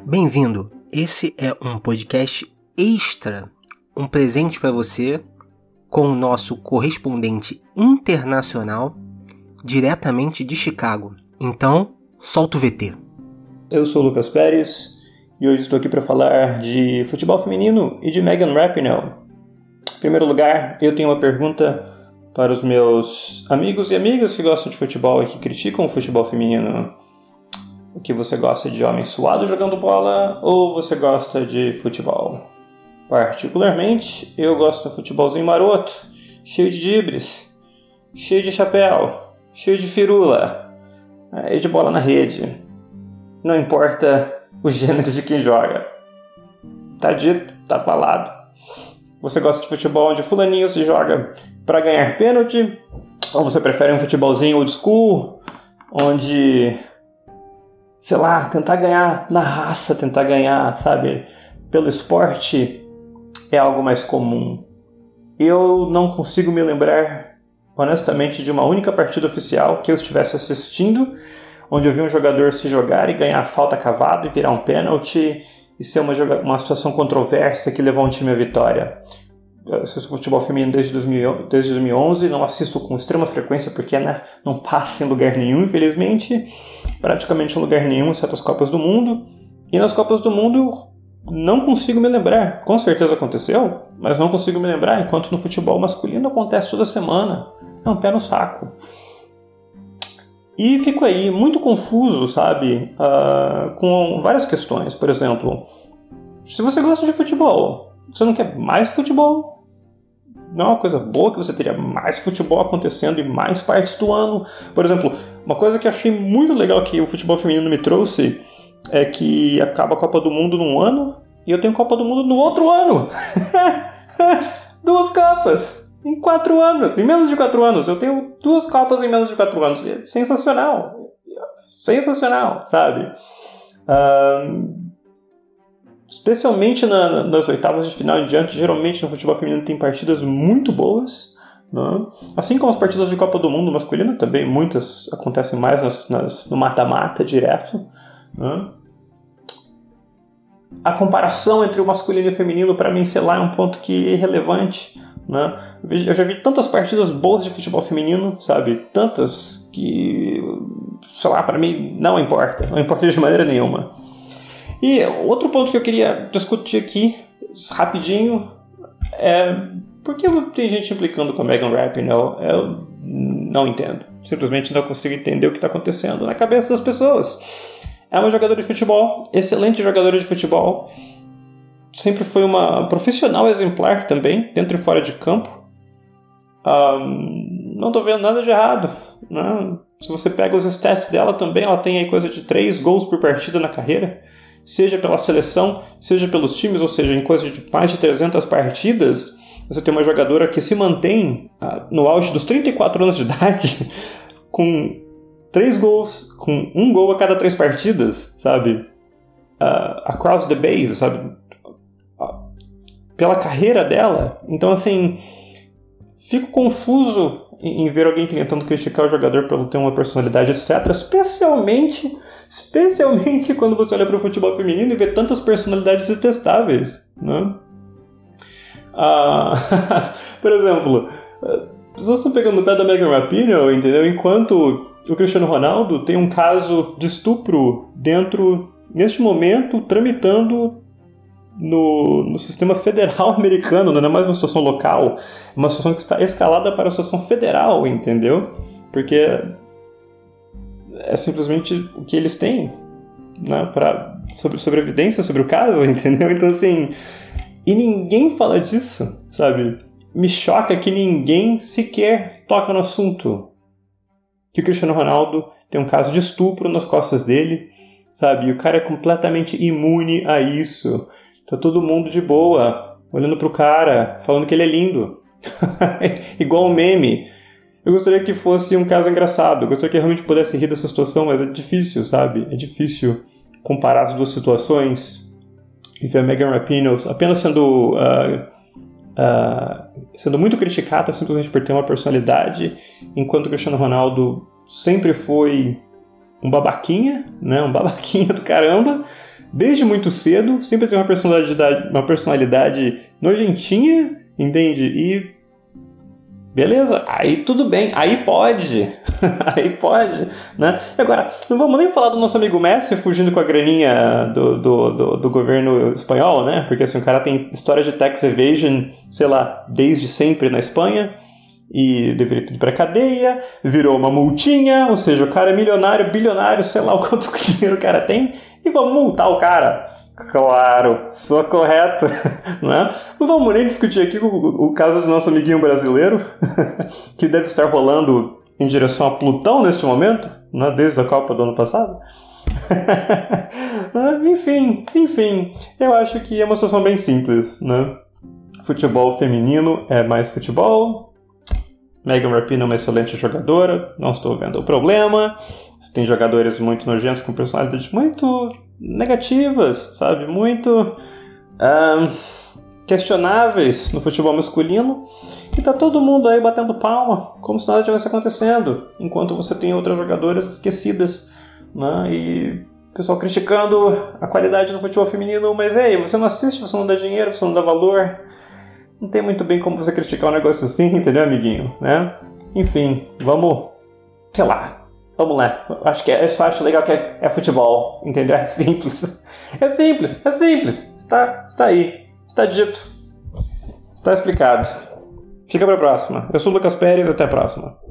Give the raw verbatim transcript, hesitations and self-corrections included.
Bem-vindo! Esse é um podcast extra, um presente para você com o nosso correspondente internacional diretamente de Chicago. Então, solta o V T. Eu sou o Lucas Pérez e hoje estou aqui para falar de futebol feminino e de Megan Rapinoe. Em primeiro lugar, eu tenho uma pergunta para os meus amigos e amigas que gostam de futebol e que criticam o futebol feminino. O que você gosta de homem suado jogando bola ou você gosta de futebol? Particularmente, eu gosto do futebolzinho maroto, cheio de dibres, cheio de chapéu, cheio de firula e de bola na rede. Não importa o gênero de quem joga. Tá dito, tá falado. Você gosta de futebol onde fulaninho se joga para ganhar pênalti? Ou você prefere um futebolzinho old school, onde, sei lá, tentar ganhar na raça, tentar ganhar, sabe, pelo esporte é algo mais comum? Eu não consigo me lembrar, honestamente, de uma única partida oficial que eu estivesse assistindo, onde eu vi um jogador se jogar e ganhar a falta cavada e virar um pênalti e ser uma, uma situação controversa que levou um time à vitória. Eu assisto futebol feminino desde dois mil, desde dois mil e onze, não assisto com extrema frequência porque, né, não passa em lugar nenhum, infelizmente, praticamente em lugar nenhum, exceto as Copas do Mundo. E nas Copas do Mundo não consigo me lembrar. Com certeza aconteceu, mas não consigo me lembrar, enquanto no futebol masculino acontece toda semana. É um pé no saco. E fico aí muito confuso, sabe, uh, com várias questões. Por exemplo, se você gosta de futebol, você não quer mais futebol? Não é uma coisa boa que você teria mais futebol acontecendo em mais partes do ano? Por exemplo, uma coisa que eu achei muito legal que o futebol feminino me trouxe é que acaba a Copa do Mundo num ano e eu tenho Copa do Mundo no outro ano. Duas Copas em quatro anos, em menos de quatro anos. Eu tenho duas Copas em menos de quatro anos. É sensacional. Sensacional, sabe? Um, especialmente na, nas oitavas de final em diante, geralmente no futebol feminino tem partidas muito boas, né? Assim como as partidas de Copa do Mundo masculina também, muitas acontecem mais nas, nas, no mata-mata direto, né? A comparação entre o masculino e o feminino, para mim, sei lá, é um ponto que é irrelevante, né? Eu já vi tantas partidas boas de futebol feminino, sabe? Tantas que, sei lá, para mim não importa, não importa de maneira nenhuma. E outro ponto que eu queria discutir aqui, rapidinho, é por que tem gente implicando com a Megan Rapinoe? Eu não entendo. Simplesmente não consigo entender o que está acontecendo na cabeça das pessoas. É uma jogadora de futebol, excelente jogadora de futebol. Sempre foi uma profissional exemplar também, dentro e fora de campo. Um, não estou vendo nada de errado, né? Se você pega os stats dela também, ela tem aí coisa de três gols por partida na carreira. Seja pela seleção, seja pelos times, ou seja, em coisa de mais de trezentas partidas, você tem uma jogadora que se mantém ah, no auge dos trinta e quatro anos de idade, com três gols, com um gol a cada três partidas, sabe? Uh, across the base, sabe? Uh, pela carreira dela. Então, assim, fico confuso em, em ver alguém tentando criticar o jogador por ter uma personalidade, etcétera. Especialmente... Especialmente quando você olha para o futebol feminino e vê tantas personalidades detestáveis, né? Ah, por exemplo, as pessoas estão pegando o pé da Megan Rapinoe, entendeu? Enquanto o Cristiano Ronaldo tem um caso de estupro dentro, neste momento, tramitando no, no sistema federal americano, não é mais uma situação local, é uma situação que está escalada para a situação federal, entendeu? Porque é simplesmente o que eles têm, né, pra, sobre, sobre evidência sobre o caso, entendeu? Então, assim, e ninguém fala disso, sabe? Me choca que ninguém sequer toca no assunto. Que o Cristiano Ronaldo tem um caso de estupro nas costas dele, sabe? E o cara é completamente imune a isso. Tá todo mundo de boa, olhando pro cara, falando que ele é lindo. Igual um meme. Eu gostaria que fosse um caso engraçado, eu gostaria que realmente pudesse rir dessa situação, mas é difícil, sabe? É difícil comparar as duas situações e ver a Megan Rapinoe apenas sendo, uh, uh, sendo muito criticada simplesmente por ter uma personalidade, enquanto o Cristiano Ronaldo sempre foi um babaquinha, né? Um babaquinha do caramba, desde muito cedo, sempre tem uma personalidade, uma personalidade nojentinha, entende? E beleza, aí tudo bem, aí pode, aí pode, né? E agora, não vamos nem falar do nosso amigo Messi fugindo com a graninha do, do, do, do governo espanhol, né? Porque assim, o cara tem história de tax evasion, sei lá, desde sempre na Espanha, e deveria ir pra cadeia, virou uma multinha, ou seja, o cara é milionário, bilionário, sei lá o quanto dinheiro o cara tem, e vamos multar o cara. Claro, sou correto, né? Não vamos nem discutir aqui o, o caso do nosso amiguinho brasileiro, que deve estar rolando em direção a Plutão neste momento, né? Desde a Copa do ano passado. enfim, enfim, eu acho que é uma situação bem simples, né? Futebol feminino é mais futebol. Megan Rapinoe é uma excelente jogadora, não estou vendo o problema. Tem jogadores muito nojentos com personalidades muito negativas, sabe? Muito um, questionáveis no futebol masculino. E tá todo mundo aí batendo palma, como se nada tivesse acontecendo, enquanto você tem outras jogadoras esquecidas, né? E o pessoal criticando a qualidade do futebol feminino, mas ei, você não assiste, você não dá dinheiro, você não dá valor. Não tem muito bem como você criticar um negócio assim, entendeu, amiguinho? Né? Enfim, vamos, sei lá, vamos lá. Acho que é, eu só acho legal que é, é futebol, entendeu? É simples. É simples, é simples. Está, está aí, está dito, está explicado. Fica para a próxima. Eu sou o Lucas Pérez, até a próxima.